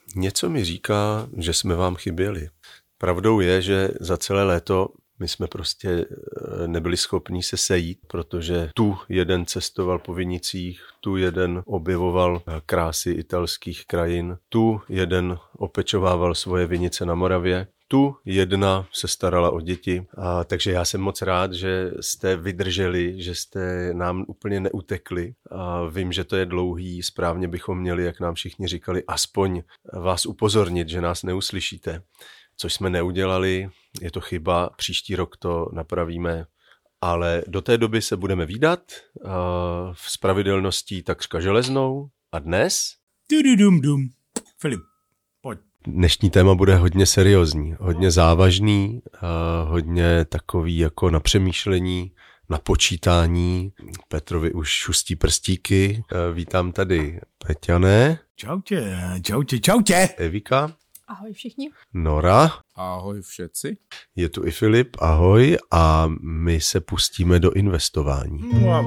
Něco mi říká, že jsme vám chyběli. Pravdou je, že za celé léto my jsme prostě nebyli schopni se sejít, protože tu jeden cestoval po vinicích, tu jeden objevoval krásy italských krajin, tu jeden opečovával svoje vinice na Moravě, tu jedna se starala o děti. Takže já jsem moc rád, že jste vydrželi, že jste nám úplně neutekli. Vím, že to je dlouhý, správně bychom měli, jak nám všichni říkali, aspoň vás upozornit, že nás neuslyšíte. Což jsme neudělali, je to chyba, příští rok to napravíme, ale do té doby se budeme vídat s pravidelností takřka železnou a dnes... Filip, pojď. Dnešní téma bude hodně seriózní, hodně závažný, hodně takový jako na přemýšlení, na počítání. Petrovi už šustí prstíky. Vítám tady Peťané. Čautě. Evika. Ahoj všichni. Nora. Ahoj všetci. Je tu i Filip, ahoj, a my se pustíme do investování.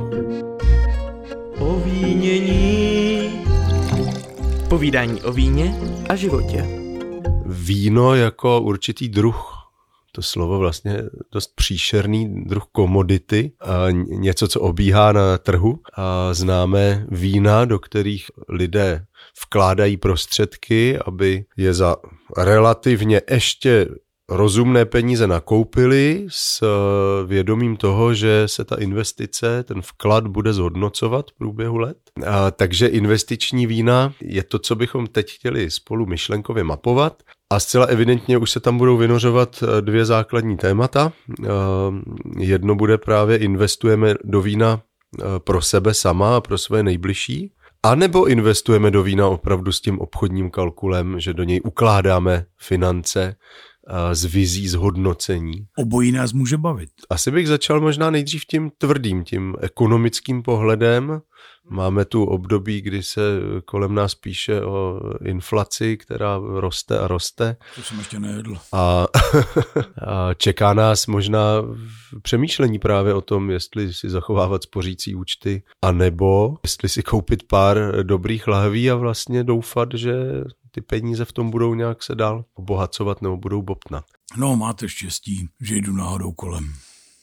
Ovínění. Povídání o víně a životě. Víno jako určitý druh, to slovo vlastně dost příšerný druh komodity, něco, co obíhá na trhu. Známe vína, do kterých lidé vkládají prostředky, aby je za relativně ještě rozumné peníze nakoupili s vědomím toho, že se ta investice, ten vklad bude zhodnocovat v průběhu let. Takže investiční vína je to, co bychom teď chtěli spolu myšlenkově mapovat. A zcela evidentně už se tam budou vynořovat dvě základní témata. Jedno bude právě investujeme do vína pro sebe sama a pro své nejbližší, a nebo investujeme do vína opravdu s tím obchodním kalkulem, že do něj ukládáme finance z vizí zhodnocení. Obojí nás může bavit. Asi bych začal možná nejdřív tím tvrdým, tím ekonomickým pohledem. Máme tu období, kdy se kolem nás píše o inflaci, která roste a roste. To jsem ještě nejedl. A čeká nás možná přemýšlení právě o tom, jestli si zachovávat spořící účty, anebo jestli si koupit pár dobrých lahví a vlastně doufat, že ty peníze v tom budou nějak se dál obohacovat nebo budou bobtnat. No, máte štěstí, že jdu náhodou kolem.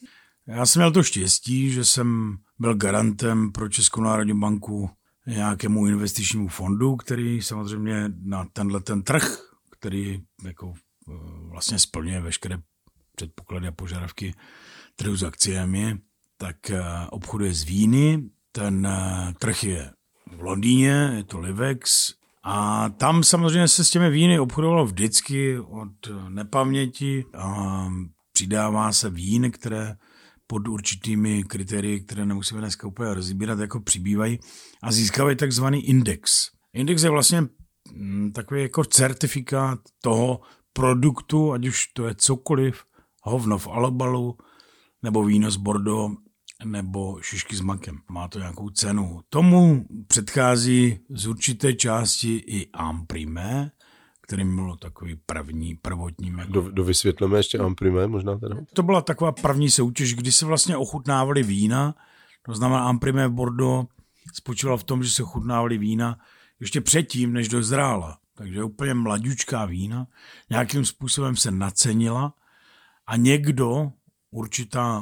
Já jsem měl to štěstí, že jsem byl garantem pro Českou národní banku nějakému investičnímu fondu, který samozřejmě na ten trh, který jako vlastně splňuje veškeré předpoklady a požadavky trhu s akciemi, tak obchoduje s víny. Ten trh je v Londýně, je to Livex, a tam samozřejmě se s těmi víny obchodovalo vždycky od nepaměti a přidává se vín, které pod určitými kritérii, které nemusíme dneska úplně rozbírat, jako přibývají a získávají takzvaný index. Index je vlastně takový jako certifikát toho produktu, ať už to je cokoliv, hovno v alobalu, nebo víno z Bordeaux, nebo šišky s makem. Má to nějakou cenu. Tomu předchází z určité části i Amprimé, kterým bylo takový prvotní. Dovysvětlíme ještě Amprimé možná teda? To byla taková první soutěž, kdy se vlastně ochutnávaly vína. To znamená Amprimé v Bordeaux spočívalo v tom, že se ochutnávaly vína ještě předtím, než dozrála. Takže úplně mladíčká vína. Nějakým způsobem se nacenila a někdo, určitá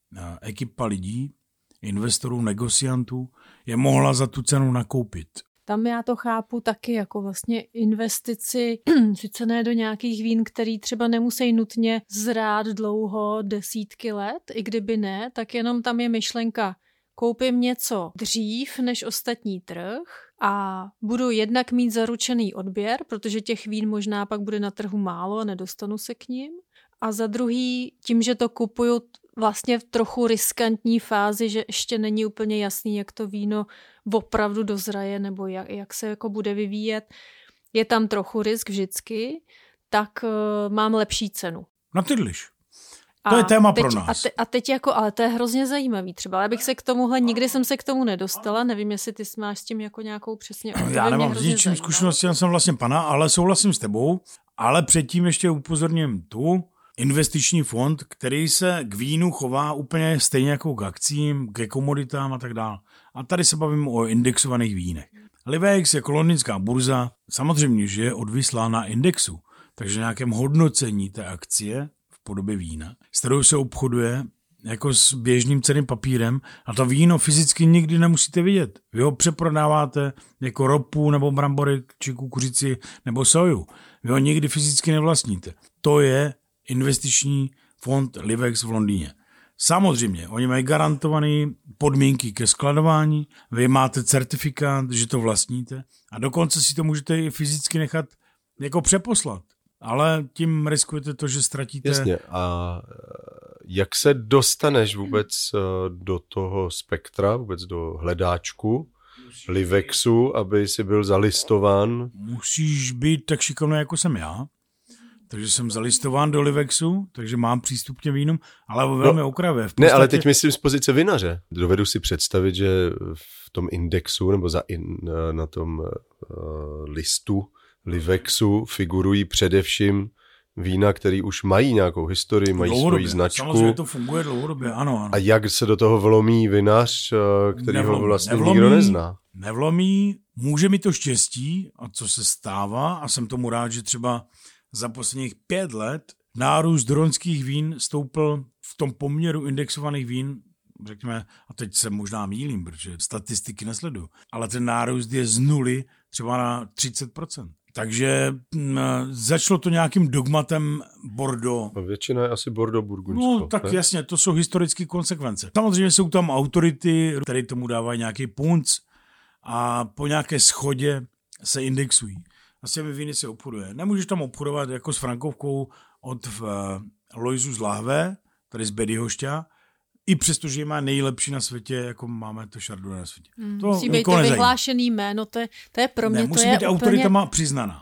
ekipa lidí, investorů, negociantů, je mohla za tu cenu nakoupit. Tam já to chápu taky jako vlastně investici, sice ne do nějakých vín, který třeba nemusí nutně zrát dlouho, desítky let, i kdyby ne, tak jenom tam je myšlenka, koupím něco dřív než ostatní trh a budu jednak mít zaručený odběr, protože těch vín možná pak bude na trhu málo a nedostanu se k ním. A za druhý, tím, že to kupuju vlastně v trochu riskantní fázi, že ještě není úplně jasný, jak to víno opravdu dozraje nebo jak se jako bude vyvíjet, je tam trochu risk vždycky, tak mám lepší cenu. No tydliž. To je téma pro nás. A teď jako, ale to je hrozně zajímavý třeba. Já bych se k tomuhle, nikdy jsem se k tomu nedostala, nevím, jestli ty máš s tím jako nějakou přesně... Já nemám s ničím zkušenosti, já jsem vlastně pana, ale souhlasím s tebou, ale předtím ještě upozorním tu investiční fond, který se k vínu chová úplně stejně jako k akcím, ke komoditám a tak dále. A tady se bavím o indexovaných vínech. Livex jako londýnská burza samozřejmě, že je odvislá na indexu, takže nějakém hodnocení té akcie v podobě vína, s kterou se obchoduje jako s běžným cenným papírem a to víno fyzicky nikdy nemusíte vidět. Vy ho přeprodáváte jako ropu nebo brambory či kukuřici nebo soju. Vy ho nikdy fyzicky nevlastníte. To je investiční fond Livex v Londýně. Samozřejmě, oni mají garantované podmínky ke skladování, vy máte certifikát, že to vlastníte a dokonce si to můžete i fyzicky nechat jako přeposlat. Ale tím riskujete to, že ztratíte... Jasně, a jak se dostaneš vůbec do toho spektra, vůbec do hledáčku Livexu, aby si byl zalistován? Musíš být tak šikovný, jako jsem já. Takže jsem zalistován do Livexu, takže mám přístup k těm vínům, ale velmi okrajově. Podstatě... Ne, ale teď myslím z pozice vinaře. Dovedu si představit, že v tom indexu nebo na tom listu Livexu figurují především vína, které už mají nějakou historii, mají svoji značku. Samozřejmě to funguje dlouhodobě, ano. A jak se do toho vlomí vinař, který ho vlastně nikdo nezná? Nevlomí, může mi to štěstí, a co se stává, a jsem tomu rád, že třeba za posledních 5 let nárůst doronských vín stoupl v tom poměru indexovaných vín, řekněme, a teď se možná mýlím, protože statistiky nesleduju, ale ten nárůst je z 0 třeba na 30%. Takže začalo to nějakým dogmatem Bordeaux. A většina je asi Bordeaux Burgundsko. No tak ne? Jasně, to jsou historické konsekvence. Samozřejmě jsou tam autority, které tomu dávají nějaký punc a po nějaké schodě se indexují. A s těmi víny se obchoduje. Nemůžeš tam obchodovat jako s frankovkou od Loisu z Lahve, tady z Bedyhošťa, i přesto, že má nejlepší na světě, jako máme to Chardonnay na světě. To musí být to vyhlášený jméno, to je pro mě, ne, musí být autoritama přiznaná.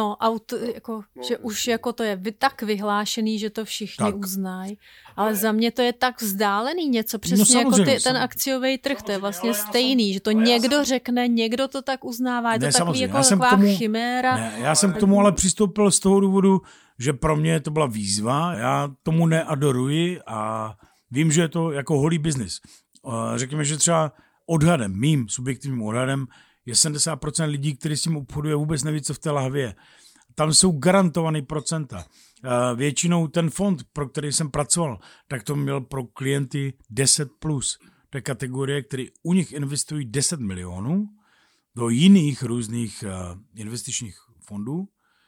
Že už jako to je tak vyhlášený, že to všichni uznají. Ale za mě to je tak vzdálený něco, přesně jako ten akciový trh, to je vlastně stejný, že to někdo řekne, někdo to tak uznává, je to takový jako taková chiméra. Ne, já jsem k tomu ale přistoupil z toho důvodu, že pro mě to byla výzva, já tomu neadoruji a vím, že je to jako holý biznis. Řekněme, že třeba odhadem, mým subjektivním odhadem, je 70% lidí, kteří s tím obchoduje, vůbec neví, co v té lahvě je. Tam jsou garantovaný procenta. Většinou ten fond, pro který jsem pracoval, tak to měl pro klienty 10+. To je kategorie, který u nich investují 10 milionů do jiných různých investičních fondů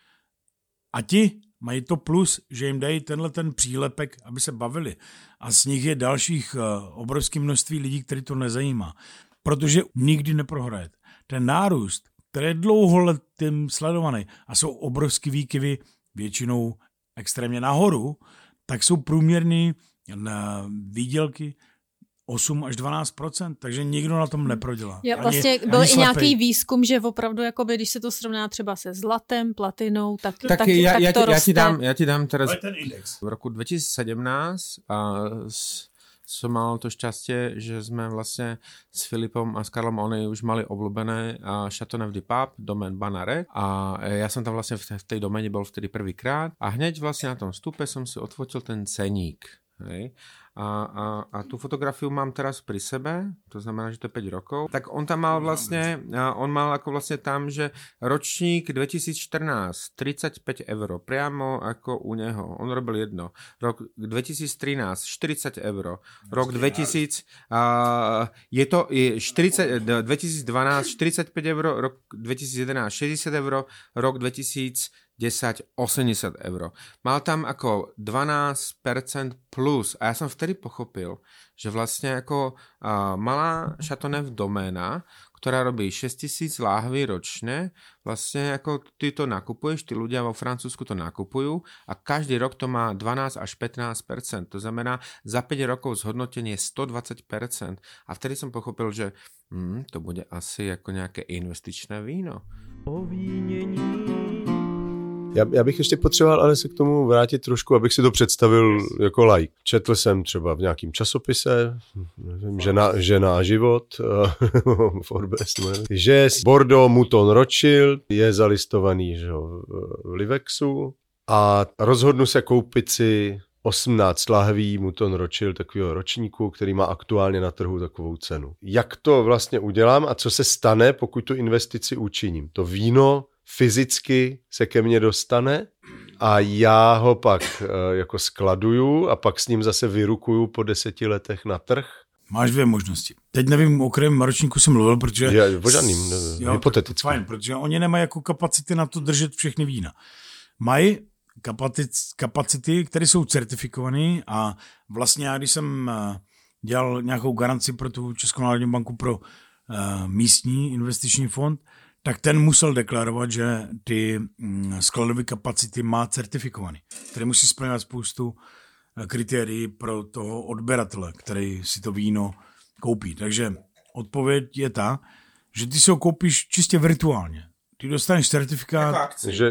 a ti mají to plus, že jim dají ten přílepek, aby se bavili. A z nich je dalších obrovské množství lidí, který to nezajímá. Protože nikdy neprohrajete. Ten nárůst, který je dlouholetým sledovaný a jsou obrovský výkyvy, většinou extrémně nahoru, tak jsou průměrný výdělky 8 až 12%, takže nikdo na tom neprodělá. Vlastně byl i nějaký výzkum, že opravdu, jakoby, když se to srovná třeba se zlatem, platinou, tak to roste. Já ti dám teraz v roku 2017 som mal to šťastie, že sme vlastne s Filipom a s Karlom, oni už mali obľúbené Châteauneuf du Pape, domén Banarek a ja som tam vlastne v tej doméne bol vtedy prvýkrát a hneď vlastne na tom stupe som si odfotil ten ceník. Hej. A tú fotografiu mám teraz pri sebe, to znamená, že to je 5 rokov, tak on tam mal vlastne, on mal ako vlastne tam, že ročník 2014 35 €, priamo ako u neho, on robil jedno, rok 2013 40 €, rok 2000, je 2012 45 €, rok 2011 60 €, rok 2010 80 €. Mal tam ako 12% plus a ja som vtedy pochopil, že vlastne ako malá Châteauneuf doména, ktorá robí 6000 láhví ročne, vlastne ako ty to nakupuješ, tí ľudia vo Francúzsku to nakupujú a každý rok to má 12 až 15%. To znamená za 5 rokov zhodnotenie 120%. A vtedy som pochopil, že to bude asi ako nejaké investičné víno. Já bych ještě potřeboval ale se k tomu vrátit trošku, abych si to představil jako laik. Četl jsem třeba v nějakém časopise, nevím, žena a život, Forbes, že Bordeaux Mouton Rothschild je zalistovaný v Livexu a rozhodnu se koupit si 18 lahví Mouton Rothschild, takového ročníku, který má aktuálně na trhu takovou cenu. Jak to vlastně udělám a co se stane, pokud tu investici učiním? To víno fyzicky se ke mně dostane a já ho pak jako skladuju a pak s ním zase vyrukuju po 10 letech na trh. Máš dvě možnosti. Teď nevím, o kterém ročníku jsem mluvil, protože... Je o žádným, hypoteticky. Fajn, protože oni nemají jako kapacity na to držet všechny vína. Mají kapacity, které jsou certifikované a vlastně já, když jsem dělal nějakou garanci pro tu Českou národní banku pro místní investiční fond, tak ten musel deklarovat, že ty skladové kapacity má certifikované, které musí splňovat spoustu kritérií pro toho odběratele, který si to víno koupí. Takže odpověď je ta, že ty si ho koupíš čistě virtuálně. Ty dostaneš certifikát,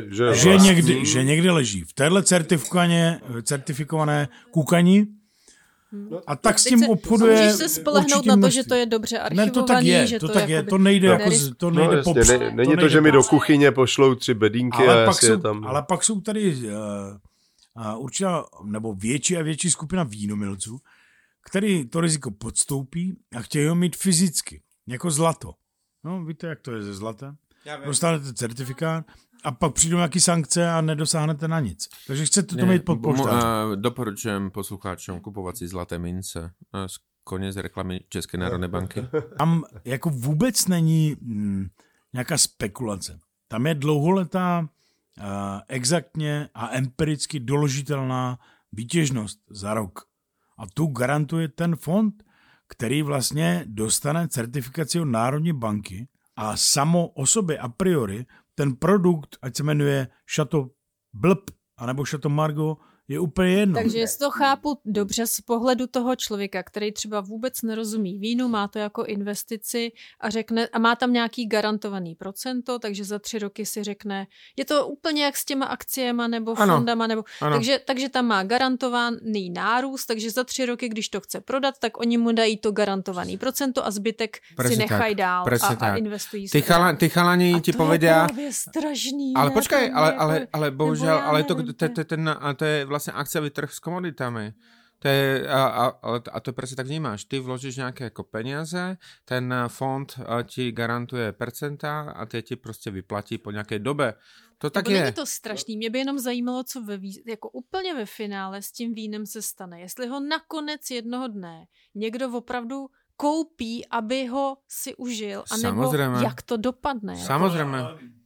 že někde leží. V téhle certifikované kukani a tak s tím obchoduje. Můžeš se spolehnout na to, že to je dobře archivovaný. Ne, to tak je. To nejde popsat. Není to, že mi do kuchyně pošlou 3 bedínky a si je tam. Ale pak jsou tady určitá, nebo větší a větší skupina vínomilců, který to riziko podstoupí a chtějí ho mít fyzicky, jako zlato. No, víte, jak to je ze zlata? Dostanete certifikát a pak přijdou nějaké sankce a nedosáhnete na nic. Takže chcete to mít pod polštářem. Doporučujem posluchačům kupovat si zlaté mince. Konec reklamy České národné banky. Tam jako vůbec není nějaká spekulace. Tam je dlouholetá exaktně a empiricky doložitelná výtěžnost za rok. A tu garantuje ten fond, který vlastně dostane certifikaci od Národní banky a samo o sobě a priori ten produkt, ať se jmenuje Chateau Blb anebo Chateau Margaux, je úplně jedno. Takže jestli to chápu dobře z pohledu toho člověka, který třeba vůbec nerozumí vínu, má to jako investici a řekne, a má tam nějaký garantovaný procento, takže za 3 roky si řekne, je to úplně jak s těma akciema nebo fondama, nebo takže tam má garantovaný nárůst, takže za 3 roky, když to chce prodat, tak oni mu dají to garantovaný procento a zbytek si nechají dál a investují. Ty chalani ti povedia... To je strašný. Ale počkaj, ale bohužel, ale to je vlastně akciový trh s komoditami. To je, a to prostě tak vnímáš. Ty vložíš nějaké jako peníze, ten fond ti garantuje percenta a ty ti prostě vyplatí po nějaké době. To tak je. Není to strašný. Mě by jenom zajímalo, co jako úplně ve finále s tím vínem se stane. Jestli ho nakonec jednoho dne někdo opravdu koupí, aby ho si užil, anebo jak to dopadne. Samozřejmě.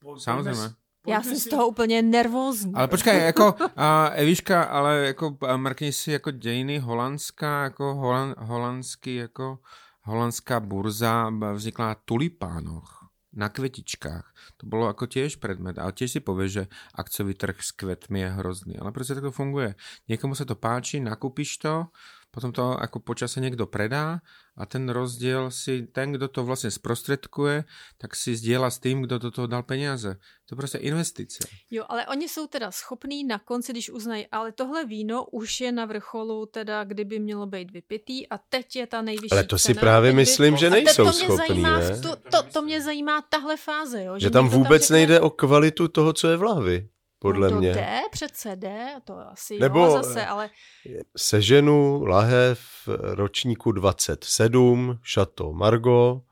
Já jsem z toho úplně nervózní. Ale počkej, jako Eviška, ale jako mrkni si jako dějiny Holandska, jako holandský, jako holandská burza vznikla na tulipánoch, na kvetičkách. To bylo jako těž predmet, ale těž si pověš, že akciový trh s kvetmi je hrozný. Ale prostě tak to funguje. Někomu se to páči, nakupíš to, potom to jako počase někdo predá a ten rozdíl si ten, kdo to vlastně zprostředkuje, tak si sdělá s tím, kdo do toho dal peníze. To je prostě investice. Jo, ale oni jsou teda schopní na konci, když uznají, ale tohle víno už je na vrcholu, teda kdyby mělo být vypitý a teď je ta nejvyšší ale to cena. Si právě myslím, že nejsou schopní, ne? To mě zajímá tahle fáze, jo. Že tam vůbec tam nejde o kvalitu toho, co je v lahvi. Podle mě. Přece jde, to asi nebo jo, zase, ale... Seženu lahev ročníku 27, Chateau Margaux,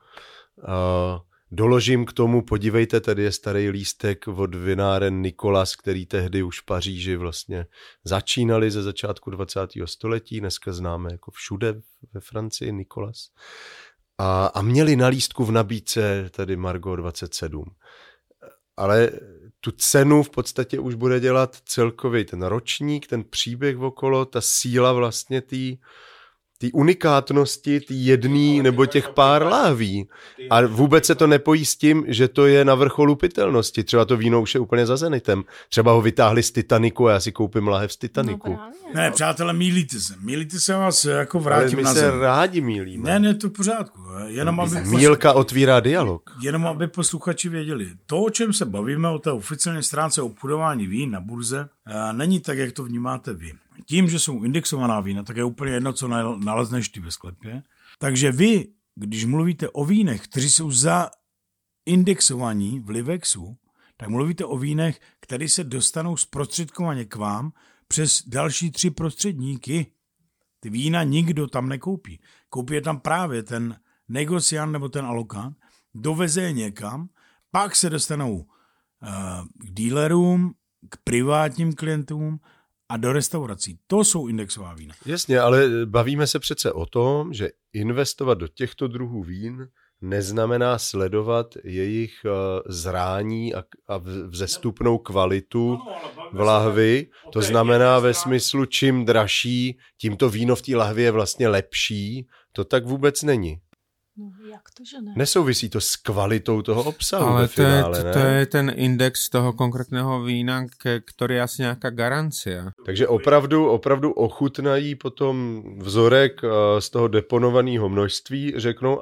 doložím k tomu, podívejte, tady je starý lístek od vináren Nicolas, který tehdy už v Paříži vlastně začínali ze začátku 20. století, dneska známe jako všude ve Francii Nicolas. A měli na lístku v nabídce tady Margaux 27. Ale tu cenu v podstatě už bude dělat celkově ten ročník, ten příběh okolo, ta síla vlastně té unikátnosti, té jedný nebo těch pár láví. A vůbec se to nepojí s tím, že to je na vrcholu pitelnosti. Třeba to víno už je úplně za zenitem. Třeba ho vytáhli z Titaniku a já si koupím lahev z Titaniku. No, ne, přátelé, mýlíte se, vás jako vrátím na zem. Ale my se rádi mýlíme. Ne, to v pořádku. Mýlka otvírá dialog. Jenom aby posluchači věděli. To, o čem se bavíme, o té oficiální stránce obchodování vín na burze, není tak, jak to vnímáte vy. Tím, že jsou indexovaná vína, tak je úplně jedno, co nalezneš ty ve sklepě. Takže vy, když mluvíte o vínech, kteří jsou zaindexovaní v Livexu, tak mluvíte o vínech, které se dostanou zprostředkovaně k vám přes další 3 prostředníky. Ty vína nikdo tam nekoupí. Koupí je tam právě ten negociant nebo ten alokant, doveze je někam, pak se dostanou k dealerům, k privátním klientům a do restaurací. To jsou indexová vína. Jasně, ale bavíme se přece o tom, že investovat do těchto druhů vín neznamená sledovat jejich zrání a vzestupnou kvalitu v lahvi. To znamená ve smyslu, čím dražší, tím to víno v té lahvě je vlastně lepší. To tak vůbec není. No, jak to, že ne? Nesouvisí to s kvalitou toho obsahu ale ve finále, ne? to je ten index toho konkrétního vína, který je asi nějaká garancia. Takže opravdu ochutnají potom vzorek z toho deponovaného množství, řeknou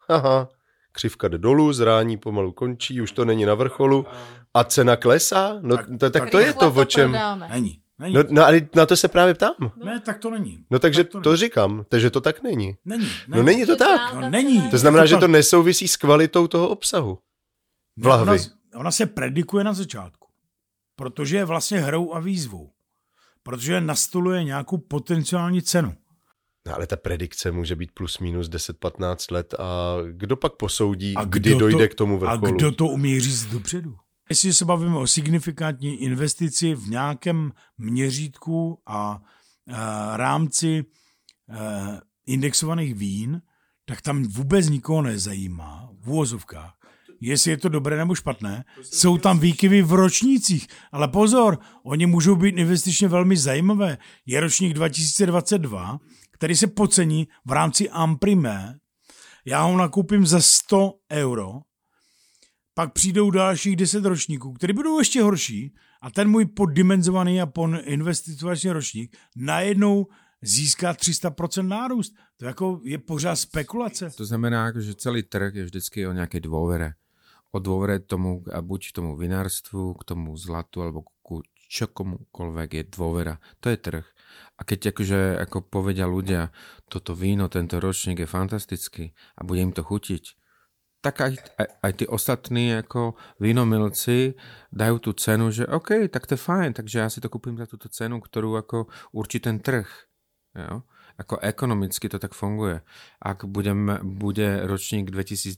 křivka jde dolů, zrání pomalu končí, už to není na vrcholu a cena klesá? No tak to je to, o čem... Není. No ale na to se právě ptám. Ne, tak to není. No takže to říkám, takže to tak není. Není. No není to tak. No není. To znamená, že to nesouvisí s kvalitou toho obsahu v lahvi. Ona se predikuje na začátku, protože je vlastně hrou a výzvou. Protože nastoluje nějakou potenciální cenu. No, ale ta predikce může být plus minus 10-15 let a kdo pak posoudí, kdy dojde k tomu vrcholu? A kdo to umí říct dopředu? Jestli se bavíme o signifikantní investici v nějakém měřítku a rámci indexovaných vín, tak tam vůbec nikoho nezajímá v uvozovkách, jestli je to dobré nebo špatné. Jsou tam výkyvy v ročnících, ale pozor, oni můžou být investičně velmi zajímavé. Je ročník 2022, který se podcení v rámci Amprimé. Já ho nakoupím za 100 €, pak přijdou dalších 10 ročníků, které budou ještě horší a ten můj poddimenzovaný a podinvestiční ročník najednou získá 300% nárůst. To jako je pořád spekulace. To znamená, že celý trh je vždycky o nějaké dôvere. O dôvere tomu, a buď k tomu vinárstvu, k tomu zlatu, alebo ku čokomukoľvek je dôvera. To je trh. A keď ako povedia ľudia, toto víno, tento ročník je fantastický a bude im to chutiť, tak aj tí ostatní ako vínomilci dajú tú cenu, že OK, tak to je fajn, takže ja si to kúpim za túto cenu, ktorú ako určí ten trh. Jo? Ako ekonomicky to tak funguje. Ak bude ročník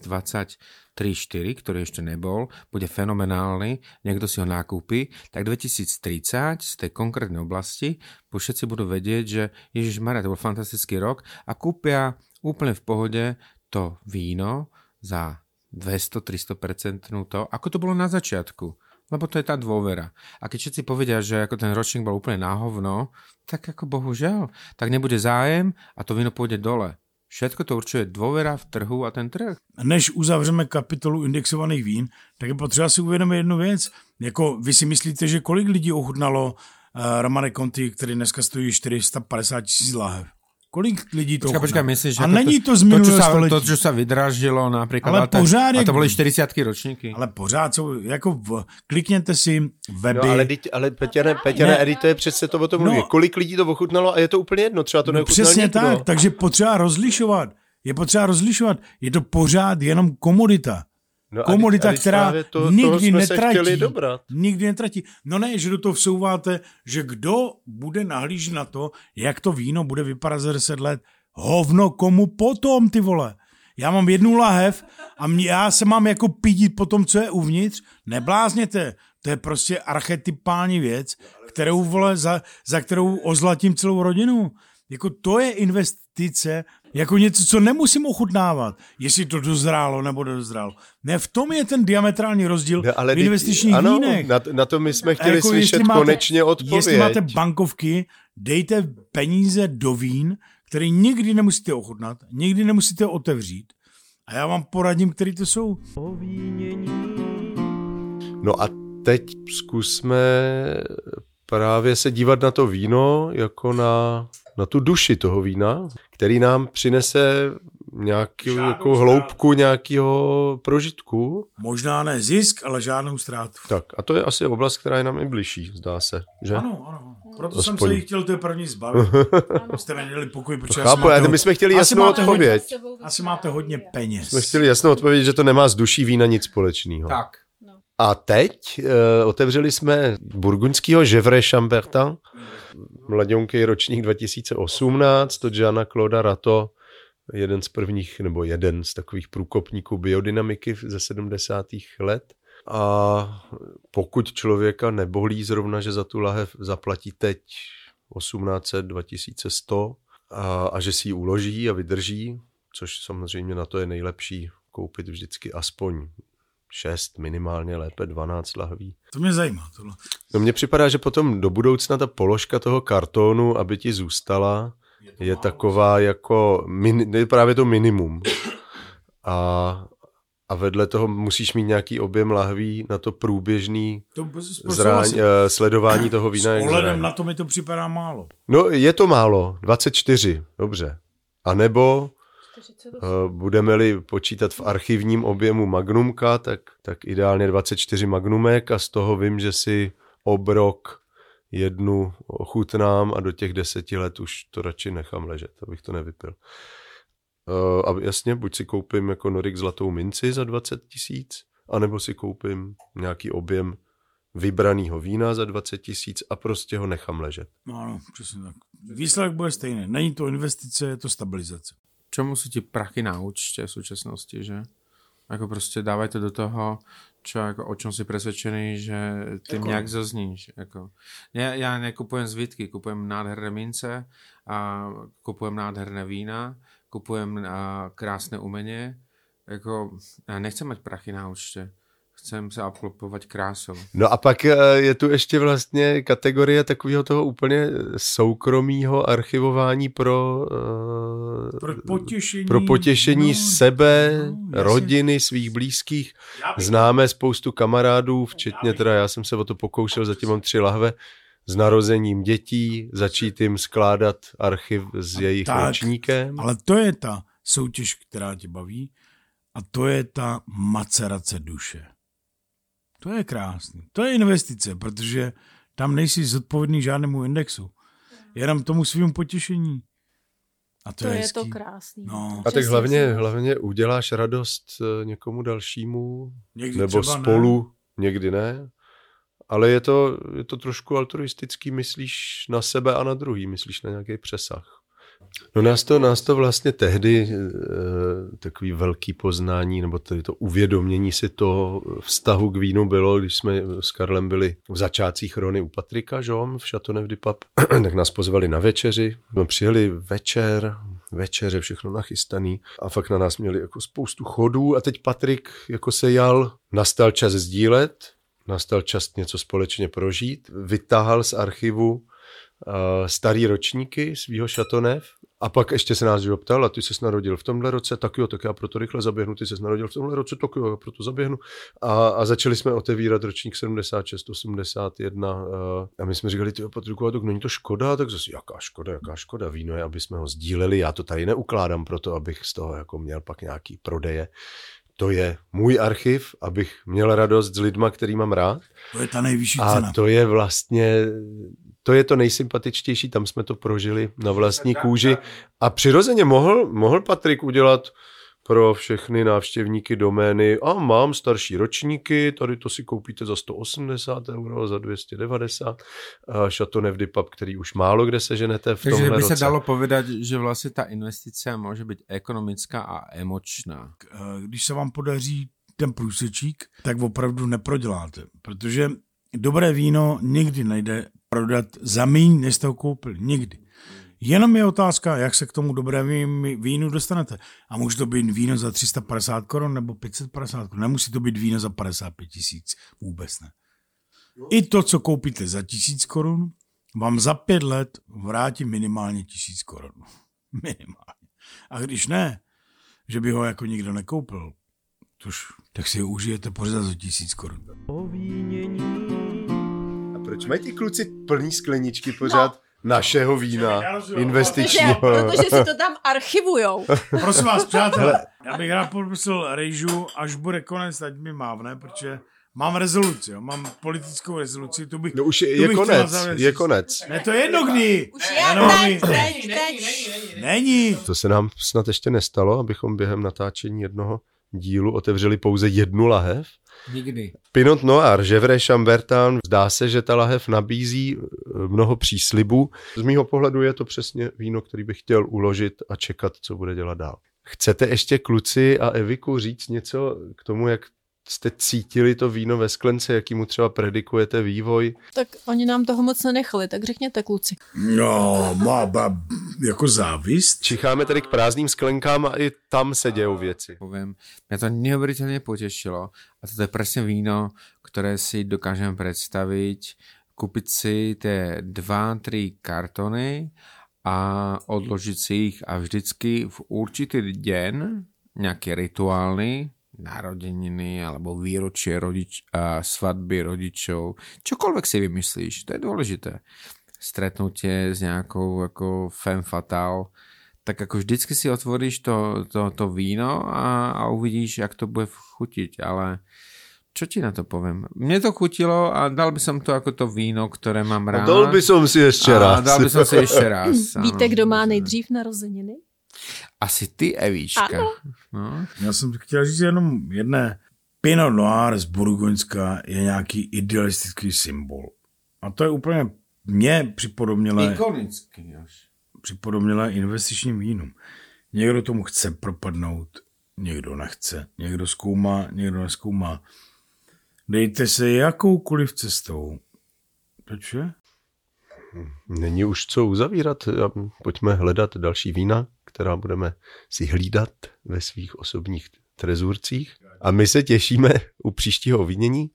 2023-4, ktorý ešte nebol, bude fenomenálny, niekto si ho nakúpi, tak 2030 z tej konkrétnej oblasti všetci budú vedieť, že Ježišmarja, to bol fantastický rok a kúpia úplne v pohode to víno za 200-300% to, ako to bolo na začiatku. Lebo to je tá dôvera. A keď všetci povedia, že ako ten ročník bol úplne na hovno, tak ako bohužiaľ, tak nebude zájem a to víno pôjde dole. Všetko to určuje dôvera v trhu a ten trh. Než uzavřeme kapitolu indexovaných vín, tak je potřeba si uvědomit jednu věc. Jako vy si myslíte, že kolik lidí ochutnalo Romane Conti, který dneska stojí 450 000 láhev? Kolik lidí to Počkaj, myslíš, že a není to z minulého století. To, čo sa vydražilo napríklad, ale pořád a to boli 40-ky ročníky. Ale pořád jsou, klikněte si weby. No ale Peťane, Edi, to je přece to o tom mluví. Kolik lidí to ochutnalo a je to úplně jedno, třeba to neochutnal přesně nikdo. Tak, takže potřeba rozlišovat. Je to pořád jenom komodita. No komodita, která nikdy netratí. No ne, že do toho vsouváte, že kdo bude nahlížet na to, jak to víno bude vypadat za 10 let. Hovno, komu potom, ty vole? Já mám 1 lahev a já se mám jako pídit po tom, co je uvnitř. Neblázněte. To je prostě archetypální věc, kterou, vole, za kterou ozlatím celou rodinu. Jako to je investice, jako něco, co nemusím ochutnávat, jestli to dozrálo nebo nedozrálo. Ne, v tom je ten diametrální rozdíl v investičních vínech. Na to my jsme chtěli slyšet konečně odpověď. Jestli máte bankovky, dejte peníze do vín, které nikdy nemusíte ochutnat, nikdy nemusíte otevřít. A já vám poradím, který to jsou. No a teď zkusme právě se dívat na to víno jako na tu duši toho vína, který nám přinese nějakou hloubku nějakého prožitku. Možná ne zisk, ale žádnou ztrátu. Tak a to je asi oblast, která je nám i bližší, zdá se, že? Ano. Proto jsem se jí chtěl té první zbavit. Jste mi nedělali pokoj, protože my jsme chtěli jasnou odpověď. Asi máte hodně peněz. Jsme chtěli jasnou odpověď, že to nemá s duší vína nic společného. Tak. A teď otevřeli jsme burgundského Gevrey Chambertin, mladionký ročník 2018, od Jeana Clauda Rato, jeden z takových průkopníků biodynamiky ze 70. let. A pokud člověka nebolí zrovna, že za tu lahev zaplatí teď 1800, 2100 a že si ji uloží a vydrží, což samozřejmě na to je nejlepší koupit vždycky aspoň 6, minimálně lépe 12 lahví. To mě zajímá. Tohle. No mně připadá, že potom do budoucna ta položka toho kartonu, aby ti zůstala, je taková jako právě to minimum. A vedle toho musíš mít nějaký objem lahví na to průběžný sledování toho vína. S ohledem na to mi to připadá málo. No je to málo, 24, dobře. A nebo budeme-li počítat v archivním objemu magnumka, tak ideálně 24 magnumek a z toho vím, že si obrok jednu ochutnám a do těch 10 let už to radši nechám ležet, abych to nevypil. A jasně, buď si koupím jako Norik zlatou minci za 20 000, anebo si koupím nějaký objem vybranýho vína za 20 000 a prostě ho nechám ležet. Ano, přesně tak. Výsledek bude stejný. Není to investice, je to stabilizace. Čemu sú ti prachy na účte v súčasnosti, že? Ako proste dávaj to do toho, o čom si presvedčený, že tým nejak zazníš. Ja nekupujem zvitky, kupujem nádherné mince, a kupujem nádherné vína, kupujem krásne umenie. Ja nechcem mať prachy na účte. Chcem se obklopovat krásou. No a pak je tu ještě vlastně kategorie takového toho úplně soukromého archivování pro potěšení sebe, rodiny, svých blízkých. Známe spoustu kamarádů, včetně teda já jsem se o to pokoušel, zatím mám 3 lahve, s narozením dětí, začít jim skládat archiv s jejich ročníkem. Ale to je ta soutěž, která tě baví, a to je ta macerace duše. To je krásný. To je investice, protože tam nejsi zodpovědný žádnému indexu. Jenom tomu svým potěšení. A to je to krásný. No. A tak hlavně uděláš radost někomu dalšímu, někdy nebo spolu, ne. Někdy ne. Ale je to trošku altruistický, myslíš na sebe a na druhý, myslíš na nějaký přesah. No nás to vlastně tehdy takový velký poznání, nebo tedy to uvědomění si toho vztahu k vínu bylo, když jsme s Karlem byli v začátcích Rony u Patrika, že? V Chateauneuf du Pape, tak nás pozvali na večeři. My přijeli večeře, všechno nachystaný a fakt na nás měli jako spoustu chodů a teď Patrik jako se jal, nastal čas sdílet, nastal čas něco společně prožít, vytáhal z archivu starý ročníky svýho Chateauneuf a pak ještě se nás ptal, a ty ses narodil v tomhle roce, tak jo, tak já proto rychle zaběhnu, ty ses narodil v tomhle roce, tak jo, proto zaběhnu. A začali jsme otevírat ročník 76, 81 a my jsme říkali, tyjo, Patriku, a tak není to škoda? Tak zase, jaká škoda, víno je, aby jsme ho sdíleli, já to tady neukládám proto, abych z toho jako měl pak nějaký prodeje. To je můj archiv, abych měl radost s lidma, který mám rád. To je ta nejvyšší cena. A to je vlastně, to je to nejsympatičtější, tam jsme to prožili na vlastní kůži. A přirozeně mohl Patrik udělat pro všechny návštěvníky domény, a mám starší ročníky, tady to si koupíte za 180 €, za 290, Chateauneuf du Pape, který už málo kde seženete v tomhle roce. Takže by se dalo povedať, že vlastně ta investice může být ekonomická a emočná. Když se vám podaří ten průsečík, tak opravdu neproděláte, protože dobré víno nikdy nejde prodat za míň, než jste ho koupili. Nikdy. Jenom je otázka, jak se k tomu dobrému vínu dostanete. A může to být víno za 350 korun nebo 550 korun. Nemusí to být víno za 55 000. Vůbec ne. I to, co koupíte za 1000 korun, vám za 5 let vrátí minimálně 1000 korun. Minimálně. A když ne, že by ho jako nikdo nekoupil, tak si ho užijete pořád za 1000 korun. A proč mají ti kluci plný skleničky pořád našeho vína investičního? Protože si to tam archivujou. Prosím vás, přátelé, já bych rád poprosil Rejžu, až bude konec, ať mi mávne, protože mám rezoluci, jo? Mám politickou rezoluci. No už je konec. Ne, to je jedno kdy. Už je, teď. Není. To se nám snad ještě nestalo, abychom během natáčení jednoho dílu otevřeli pouze jednu lahev. Nikdy. Pinot Noir, Gevrey Chambertin, zdá se, že ta lahev nabízí mnoho příslibů. Z mýho pohledu je to přesně víno, který bych chtěl uložit a čekat, co bude dělat dál. Chcete ještě, kluci a Eviku, říct něco k tomu, jak jste cítili to víno ve sklence, jaký mu třeba predikujete vývoj? Tak oni nám toho moc nenechali, tak řekněte, kluci. No, jako závist. Čicháme tedy k prázdným sklenkám a i tam se dějou věci. Poviem, mě to neuvěřitelně potěšilo a to je přesně víno, které si dokážeme představit, koupit si ty 2-3 kartony a odložit si jich a vždycky v určitý den, nějaký rituálny, narodeniny alebo výročie svadby rodičov, čokoľvek si vymyslíš, to je dôležité. Stretnutie s nejakou ako femme fatale, tak ako vždycky si otvoríš to víno a uvidíš, jak to bude chutiť, ale čo ti na to poviem? Mne to chutilo a dal by som to ako to víno, ktoré mám rád. Dal by som si ešte raz. Dal by som si ešte raz. Víte, kdo má nejdřív narozeniny? Asi ty, Evíčka. Ano. No. Já jsem chtěl říct jenom jedné. Pinot Noir z Burgoňska je nějaký idealistický symbol. A to je úplně mě připodobnělé investičním vínům. Někdo tomu chce propadnout, někdo nechce. Někdo zkoumá, někdo nezkoumá. Dejte se jakoukoliv cestou. Proč je? Není už co uzavírat. Pojďme hledat další vína, která budeme si hlídat ve svých osobních trezůrcích. A my se těšíme u příštího ovínění.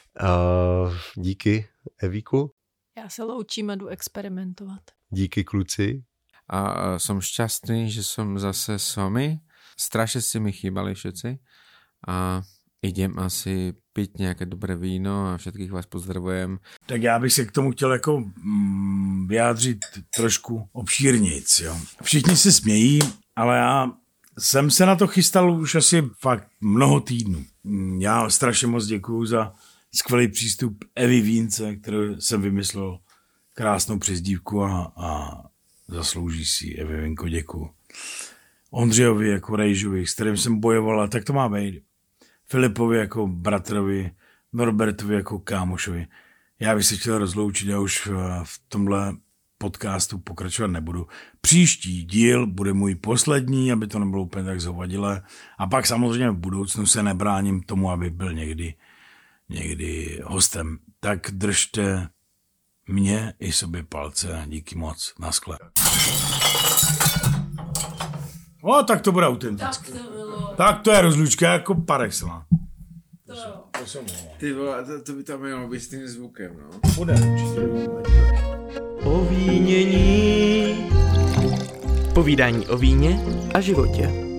Díky, Evíku. Já se loučím a jdu experimentovat. Díky, kluci. A som šťastný, že som zase s vami. Strašne si mi chýbali všetci. A idem asi piť nějaké dobré víno a všetkých vás pozdravujem. Tak já bych se k tomu chtěl jako vyjádřit trošku obšírnic. Jo. Všichni se smějí, ale já jsem se na to chystal už asi fakt mnoho týdnů. Já strašně moc děkuju za skvělý přístup Evy Vínce, kterou jsem vymyslel krásnou přezdívku a zaslouží si Evy Vínko, děkuju. Ondřejovi jako Rejžovi, s kterým jsem bojoval, tak to má být. Filipovi jako bratrovi, Norbertovi jako kámošovi. Já bych se chtěl rozloučit, já už v tomhle podcastu pokračovat nebudu. Příští díl bude můj poslední, aby to nebylo úplně tak zhovadilé. A pak samozřejmě v budoucnu se nebráním tomu, aby byl někdy hostem. Tak držte mě i sobě palce. Díky moc. Naschle. O, tak to bude autentické. Tak to je rozlučka jako par excellence. Ty vole, to by tam mělo být s tím zvukem, no. Bude určitě. Ovínění. Povídání o víně a životě.